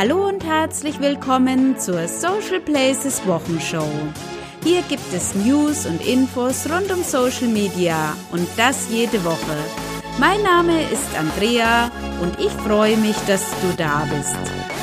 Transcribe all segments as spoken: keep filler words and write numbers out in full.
Hallo und herzlich willkommen zur Social Places Wochenshow. Hier gibt es News und Infos rund um Social Media und das jede Woche. Mein Name ist Andrea und ich freue mich, dass du da bist.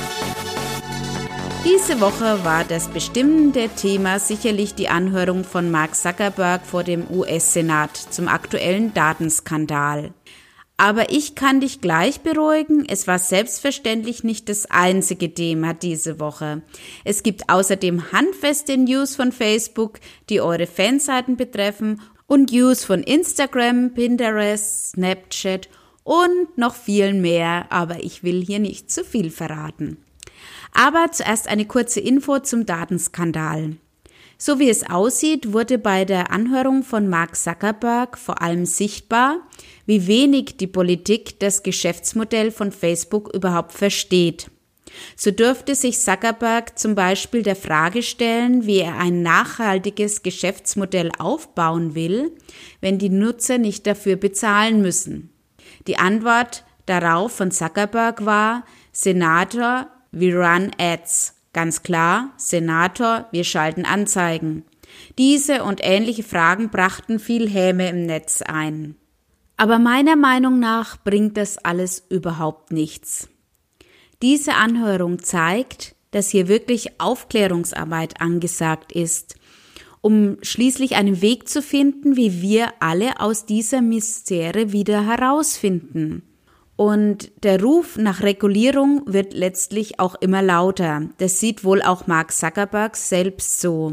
Diese Woche war das bestimmende Thema sicherlich die Anhörung von Mark Zuckerberg vor dem U S-Senat zum aktuellen Datenskandal. Aber ich kann dich gleich beruhigen, es war selbstverständlich nicht das einzige Thema diese Woche. Es gibt außerdem handfeste News von Facebook, die eure Fanseiten betreffen und News von Instagram, Pinterest, Snapchat und noch viel mehr, aber ich will hier nicht zu viel verraten. Aber zuerst eine kurze Info zum Datenskandal. So wie es aussieht, wurde bei der Anhörung von Mark Zuckerberg vor allem sichtbar, wie wenig die Politik das Geschäftsmodell von Facebook überhaupt versteht. So dürfte sich Zuckerberg zum Beispiel der Frage stellen, wie er ein nachhaltiges Geschäftsmodell aufbauen will, wenn die Nutzer nicht dafür bezahlen müssen. Die Antwort darauf von Zuckerberg war: Senator, we run ads. Ganz klar, Senator, wir schalten Anzeigen. Diese und ähnliche Fragen brachten viel Häme im Netz ein. Aber meiner Meinung nach bringt das alles überhaupt nichts. Diese Anhörung zeigt, dass hier wirklich Aufklärungsarbeit angesagt ist, um schließlich einen Weg zu finden, wie wir alle aus dieser Misere wieder herausfinden. Und der Ruf nach Regulierung wird letztlich auch immer lauter. Das sieht wohl auch Mark Zuckerberg selbst so.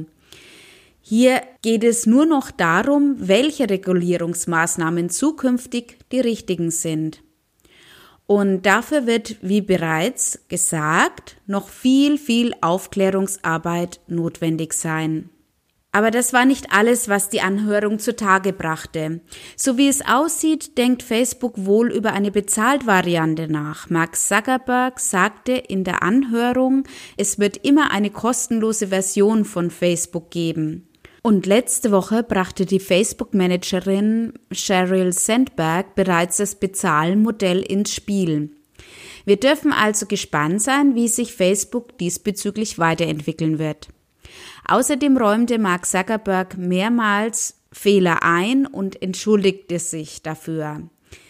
Hier geht es nur noch darum, welche Regulierungsmaßnahmen zukünftig die richtigen sind. Und dafür wird, wie bereits gesagt, noch viel, viel Aufklärungsarbeit notwendig sein. Aber das war nicht alles, was die Anhörung zutage brachte. So wie es aussieht, denkt Facebook wohl über eine Bezahlt-Variante nach. Mark Zuckerberg sagte in der Anhörung, es wird immer eine kostenlose Version von Facebook geben. Und letzte Woche brachte die Facebook-Managerin Sheryl Sandberg bereits das Bezahlmodell ins Spiel. Wir dürfen also gespannt sein, wie sich Facebook diesbezüglich weiterentwickeln wird. Außerdem räumte Mark Zuckerberg mehrmals Fehler ein und entschuldigte sich dafür.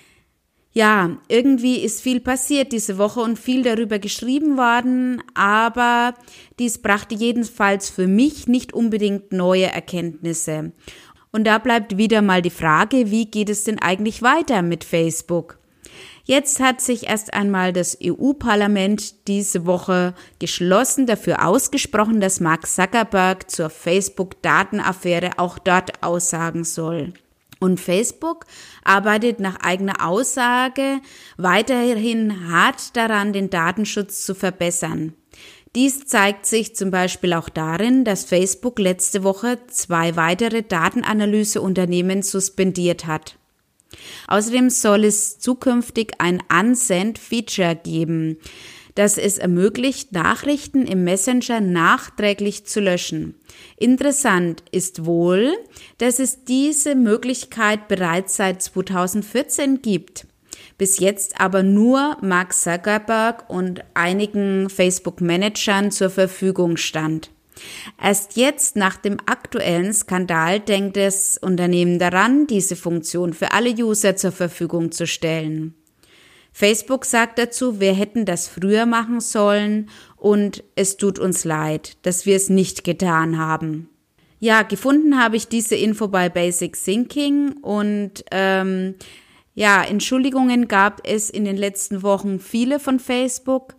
Ja, irgendwie ist viel passiert diese Woche und viel darüber geschrieben worden, aber dies brachte jedenfalls für mich nicht unbedingt neue Erkenntnisse. Und da bleibt wieder mal die Frage, wie geht es denn eigentlich weiter mit Facebook? Jetzt hat sich erst einmal das E U-Parlament diese Woche geschlossen dafür ausgesprochen, dass Mark Zuckerberg zur Facebook-Datenaffäre auch dort aussagen soll. Und Facebook arbeitet nach eigener Aussage weiterhin hart daran, den Datenschutz zu verbessern. Dies zeigt sich zum Beispiel auch darin, dass Facebook letzte Woche zwei weitere Datenanalyseunternehmen suspendiert hat. Außerdem soll es zukünftig ein Unsend-Feature geben, das es ermöglicht, Nachrichten im Messenger nachträglich zu löschen. Interessant ist wohl, dass es diese Möglichkeit bereits seit zweitausendvierzehn gibt, bis jetzt aber nur Mark Zuckerberg und einigen Facebook-Managern zur Verfügung stand. Erst jetzt nach dem aktuellen Skandal denkt das Unternehmen daran, diese Funktion für alle User zur Verfügung zu stellen. Facebook sagt dazu, wir hätten das früher machen sollen und es tut uns leid, dass wir es nicht getan haben. Ja, gefunden habe ich diese Info bei Basic Thinking und ähm, ja, Entschuldigungen gab es in den letzten Wochen viele von Facebook.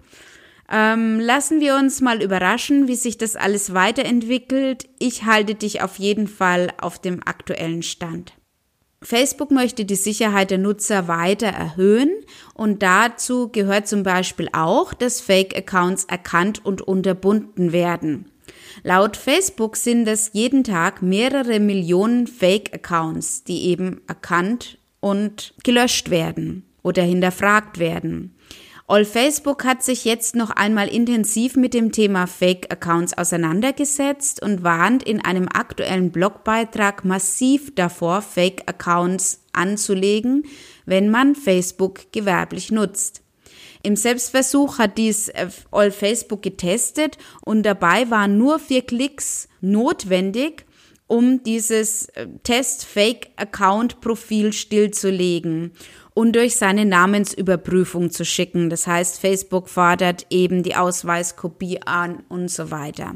Ähm, lassen wir uns mal überraschen, wie sich das alles weiterentwickelt. Ich halte dich auf jeden Fall auf dem aktuellen Stand. Facebook möchte die Sicherheit der Nutzer weiter erhöhen und dazu gehört zum Beispiel auch, dass Fake-Accounts erkannt und unterbunden werden. Laut Facebook sind es jeden Tag mehrere Millionen Fake-Accounts, die eben erkannt und gelöscht werden oder hinterfragt werden. All Facebook hat sich jetzt noch einmal intensiv mit dem Thema Fake-Accounts auseinandergesetzt und warnt in einem aktuellen Blogbeitrag massiv davor, Fake-Accounts anzulegen, wenn man Facebook gewerblich nutzt. Im Selbstversuch hat dies All Facebook getestet und dabei waren nur vier Klicks notwendig, um dieses Test-Fake-Account-Profil stillzulegen und durch seine Namensüberprüfung zu schicken. Das heißt, Facebook fordert eben die Ausweiskopie an und so weiter.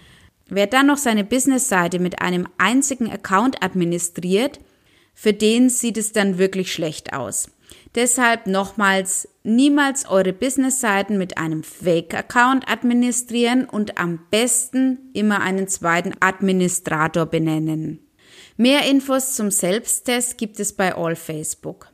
Wer dann noch seine Businessseite mit einem einzigen Account administriert, für den sieht es dann wirklich schlecht aus. Deshalb nochmals, niemals eure Businessseiten mit einem Fake-Account administrieren und am besten immer einen zweiten Administrator benennen. Mehr Infos zum Selbsttest gibt es bei All Facebook.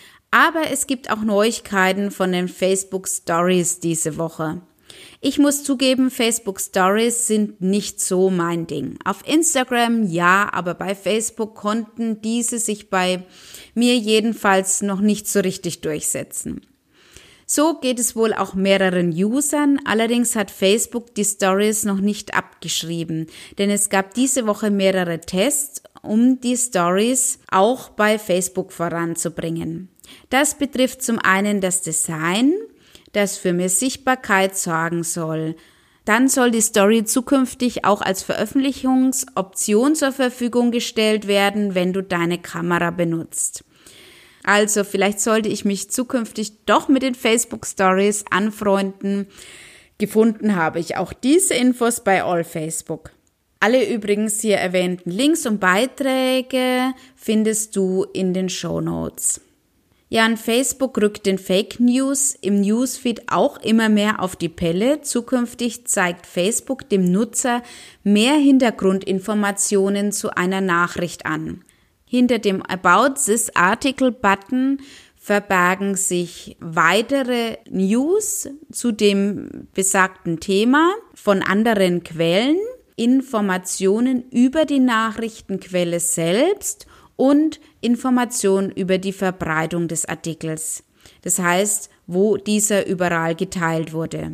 Aber es gibt auch Neuigkeiten von den Facebook Stories diese Woche. Ich muss zugeben, Facebook Stories sind nicht so mein Ding. Auf Instagram ja, aber bei Facebook konnten diese sich bei mir jedenfalls noch nicht so richtig durchsetzen. So geht es wohl auch mehreren Usern, allerdings hat Facebook die Stories noch nicht abgeschrieben, denn es gab diese Woche mehrere Tests, um die Stories auch bei Facebook voranzubringen. Das betrifft zum einen das Design, das für mehr Sichtbarkeit sorgen soll. Dann soll die Story zukünftig auch als Veröffentlichungsoption zur Verfügung gestellt werden, wenn du deine Kamera benutzt. Also vielleicht sollte ich mich zukünftig doch mit den Facebook Stories anfreunden. Gefunden habe ich auch diese Infos bei All Facebook. Alle übrigens hier erwähnten Links und Beiträge findest du in den Shownotes. Ja, und Facebook rückt den Fake News im Newsfeed auch immer mehr auf die Pelle. Zukünftig zeigt Facebook dem Nutzer mehr Hintergrundinformationen zu einer Nachricht an. Hinter dem About This Article-Button verbergen sich weitere News zu dem besagten Thema von anderen Quellen, Informationen über die Nachrichtenquelle selbst und Informationen über die Verbreitung des Artikels. Das heißt, wo dieser überall geteilt wurde.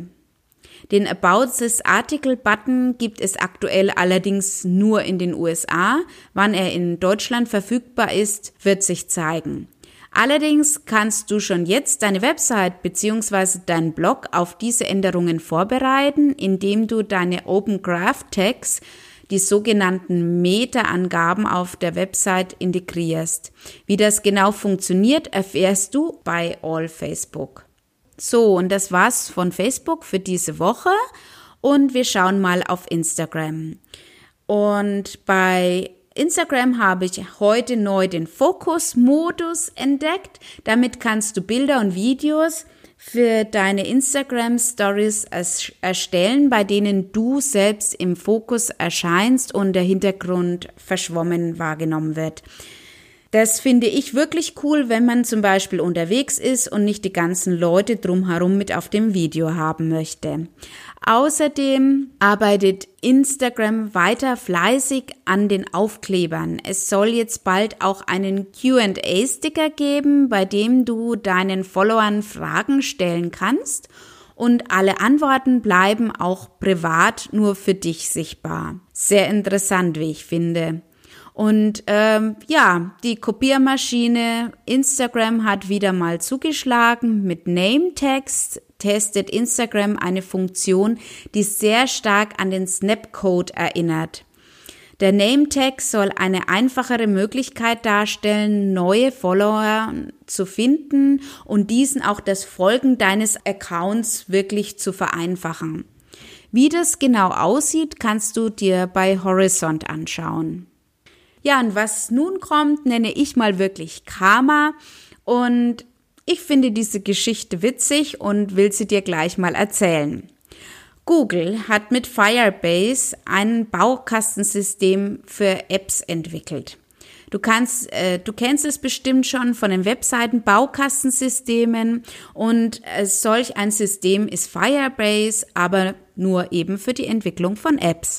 Den About This Article-Button gibt es aktuell allerdings nur in den U S A. Wann er in Deutschland verfügbar ist, wird sich zeigen. Allerdings kannst du schon jetzt deine Website bzw. deinen Blog auf diese Änderungen vorbereiten, indem du deine Open Graph Tags, die sogenannten Meta-Angaben auf der Website integrierst. Wie das genau funktioniert, erfährst du bei All Facebook. So, und das war's von Facebook für diese Woche und wir schauen mal auf Instagram. Und bei Instagram habe ich heute neu den Fokus-Modus entdeckt. Damit kannst du Bilder und Videos für deine Instagram-Stories erstellen, bei denen du selbst im Fokus erscheinst und der Hintergrund verschwommen wahrgenommen wird. Das finde ich wirklich cool, wenn man zum Beispiel unterwegs ist und nicht die ganzen Leute drumherum mit auf dem Video haben möchte. Außerdem arbeitet Instagram weiter fleißig an den Aufklebern. Es soll jetzt bald auch einen Q and A-Sticker geben, bei dem du deinen Followern Fragen stellen kannst und alle Antworten bleiben auch privat nur für dich sichtbar. Sehr interessant, wie ich finde. Und ähm, ja, die Kopiermaschine Instagram hat wieder mal zugeschlagen. Mit Name-Tags testet Instagram eine Funktion, die sehr stark an den Snapcode erinnert. Der Name-Tag soll eine einfachere Möglichkeit darstellen, neue Follower zu finden und diesen auch das Folgen deines Accounts wirklich zu vereinfachen. Wie das genau aussieht, kannst du dir bei Horizont anschauen. Ja, und was nun kommt, nenne ich mal wirklich Karma und ich finde diese Geschichte witzig und will sie dir gleich mal erzählen. Google hat mit Firebase ein Baukastensystem für Apps entwickelt. Du kannst, äh, du kennst es bestimmt schon von den Webseiten Baukastensystemen und äh, solch ein System ist Firebase, aber nur eben für die Entwicklung von Apps.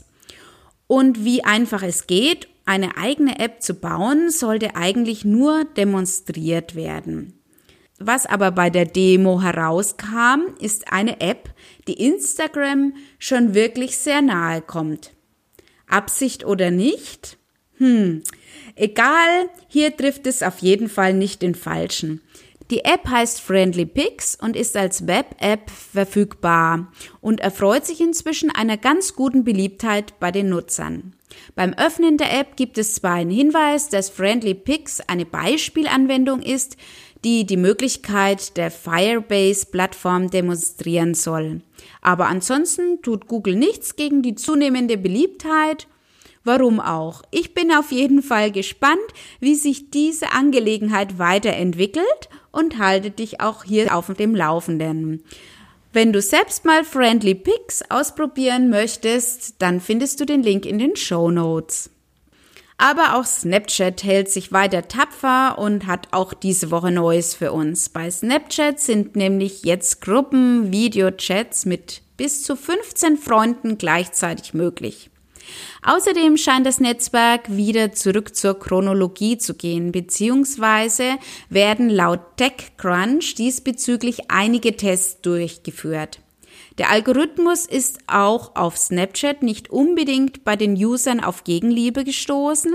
Und wie einfach es geht, eine eigene App zu bauen, sollte eigentlich nur demonstriert werden. Was aber bei der Demo herauskam, ist eine App, die Instagram schon wirklich sehr nahe kommt. Absicht oder nicht? Hm, egal, hier trifft es auf jeden Fall nicht den Falschen. Die App heißt Friendly Pics und ist als Web-App verfügbar und erfreut sich inzwischen einer ganz guten Beliebtheit bei den Nutzern. Beim Öffnen der App gibt es zwar einen Hinweis, dass Friendly Pics eine Beispielanwendung ist, die die Möglichkeit der Firebase-Plattform demonstrieren soll. Aber ansonsten tut Google nichts gegen die zunehmende Beliebtheit. Warum auch? Ich bin auf jeden Fall gespannt, wie sich diese Angelegenheit weiterentwickelt und halte dich auch hier auf dem Laufenden. Wenn du selbst mal Friendly Pics ausprobieren möchtest, dann findest du den Link in den Shownotes. Aber auch Snapchat hält sich weiter tapfer und hat auch diese Woche Neues für uns. Bei Snapchat sind nämlich jetzt Gruppen, Videochats mit bis zu fünfzehn Freunden gleichzeitig möglich. Außerdem scheint das Netzwerk wieder zurück zur Chronologie zu gehen, beziehungsweise werden laut TechCrunch diesbezüglich einige Tests durchgeführt. Der Algorithmus ist auch auf Snapchat nicht unbedingt bei den Usern auf Gegenliebe gestoßen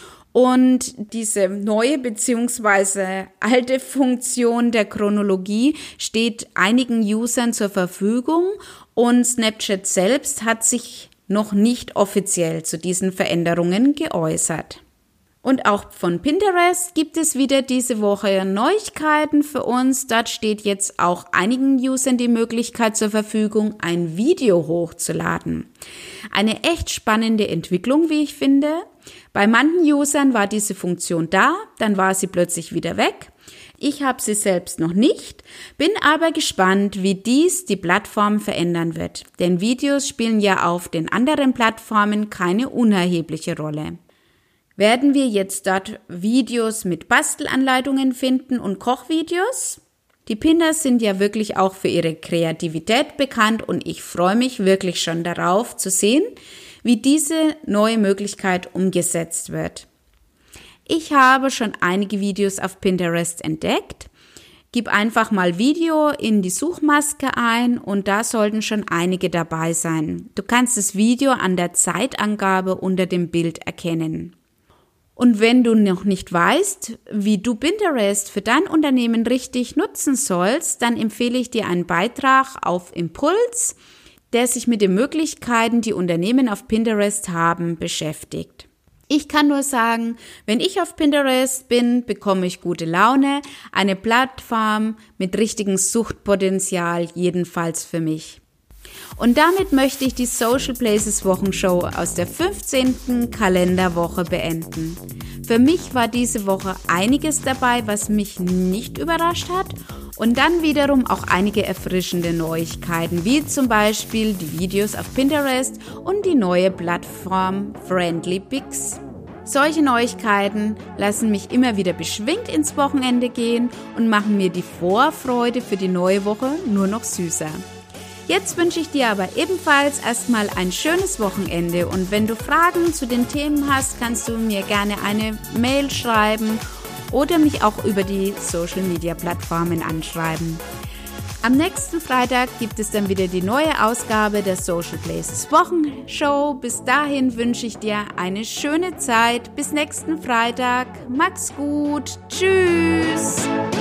und diese neue bzw. alte Funktion der Chronologie steht einigen Usern zur Verfügung und Snapchat selbst hat sich noch nicht offiziell zu diesen Veränderungen geäußert. Und auch von Pinterest gibt es wieder diese Woche Neuigkeiten für uns. Dort steht jetzt auch einigen Usern die Möglichkeit zur Verfügung, ein Video hochzuladen. Eine echt spannende Entwicklung, wie ich finde. Bei manchen Usern war diese Funktion da, dann war sie plötzlich wieder weg. Ich habe sie selbst noch nicht, bin aber gespannt, wie dies die Plattform verändern wird. Denn Videos spielen ja auf den anderen Plattformen keine unerhebliche Rolle. Werden wir jetzt dort Videos mit Bastelanleitungen finden und Kochvideos? Die Pinners sind ja wirklich auch für ihre Kreativität bekannt und ich freue mich wirklich schon darauf zu sehen, wie diese neue Möglichkeit umgesetzt wird. Ich habe schon einige Videos auf Pinterest entdeckt. Gib einfach mal Video in die Suchmaske ein und da sollten schon einige dabei sein. Du kannst das Video an der Zeitangabe unter dem Bild erkennen. Und wenn du noch nicht weißt, wie du Pinterest für dein Unternehmen richtig nutzen sollst, dann empfehle ich dir einen Beitrag auf Impuls, der sich mit den Möglichkeiten, die Unternehmen auf Pinterest haben, beschäftigt. Ich kann nur sagen, wenn ich auf Pinterest bin, bekomme ich gute Laune, eine Plattform mit richtigem Suchtpotenzial, jedenfalls für mich. Und damit möchte ich die Social Places Wochenshow aus der fünfzehnten Kalenderwoche beenden. Für mich war diese Woche einiges dabei, was mich nicht überrascht hat und dann wiederum auch einige erfrischende Neuigkeiten, wie zum Beispiel die Videos auf Pinterest und die neue Plattform Friendly Pics. Solche Neuigkeiten lassen mich immer wieder beschwingt ins Wochenende gehen und machen mir die Vorfreude für die neue Woche nur noch süßer. Jetzt wünsche ich dir aber ebenfalls erstmal ein schönes Wochenende und wenn du Fragen zu den Themen hast, kannst du mir gerne eine Mail schreiben oder mich auch über die Social Media Plattformen anschreiben. Am nächsten Freitag gibt es dann wieder die neue Ausgabe der Social Places Wochenshow. Bis dahin wünsche ich dir eine schöne Zeit. Bis nächsten Freitag. Mach's gut. Tschüss.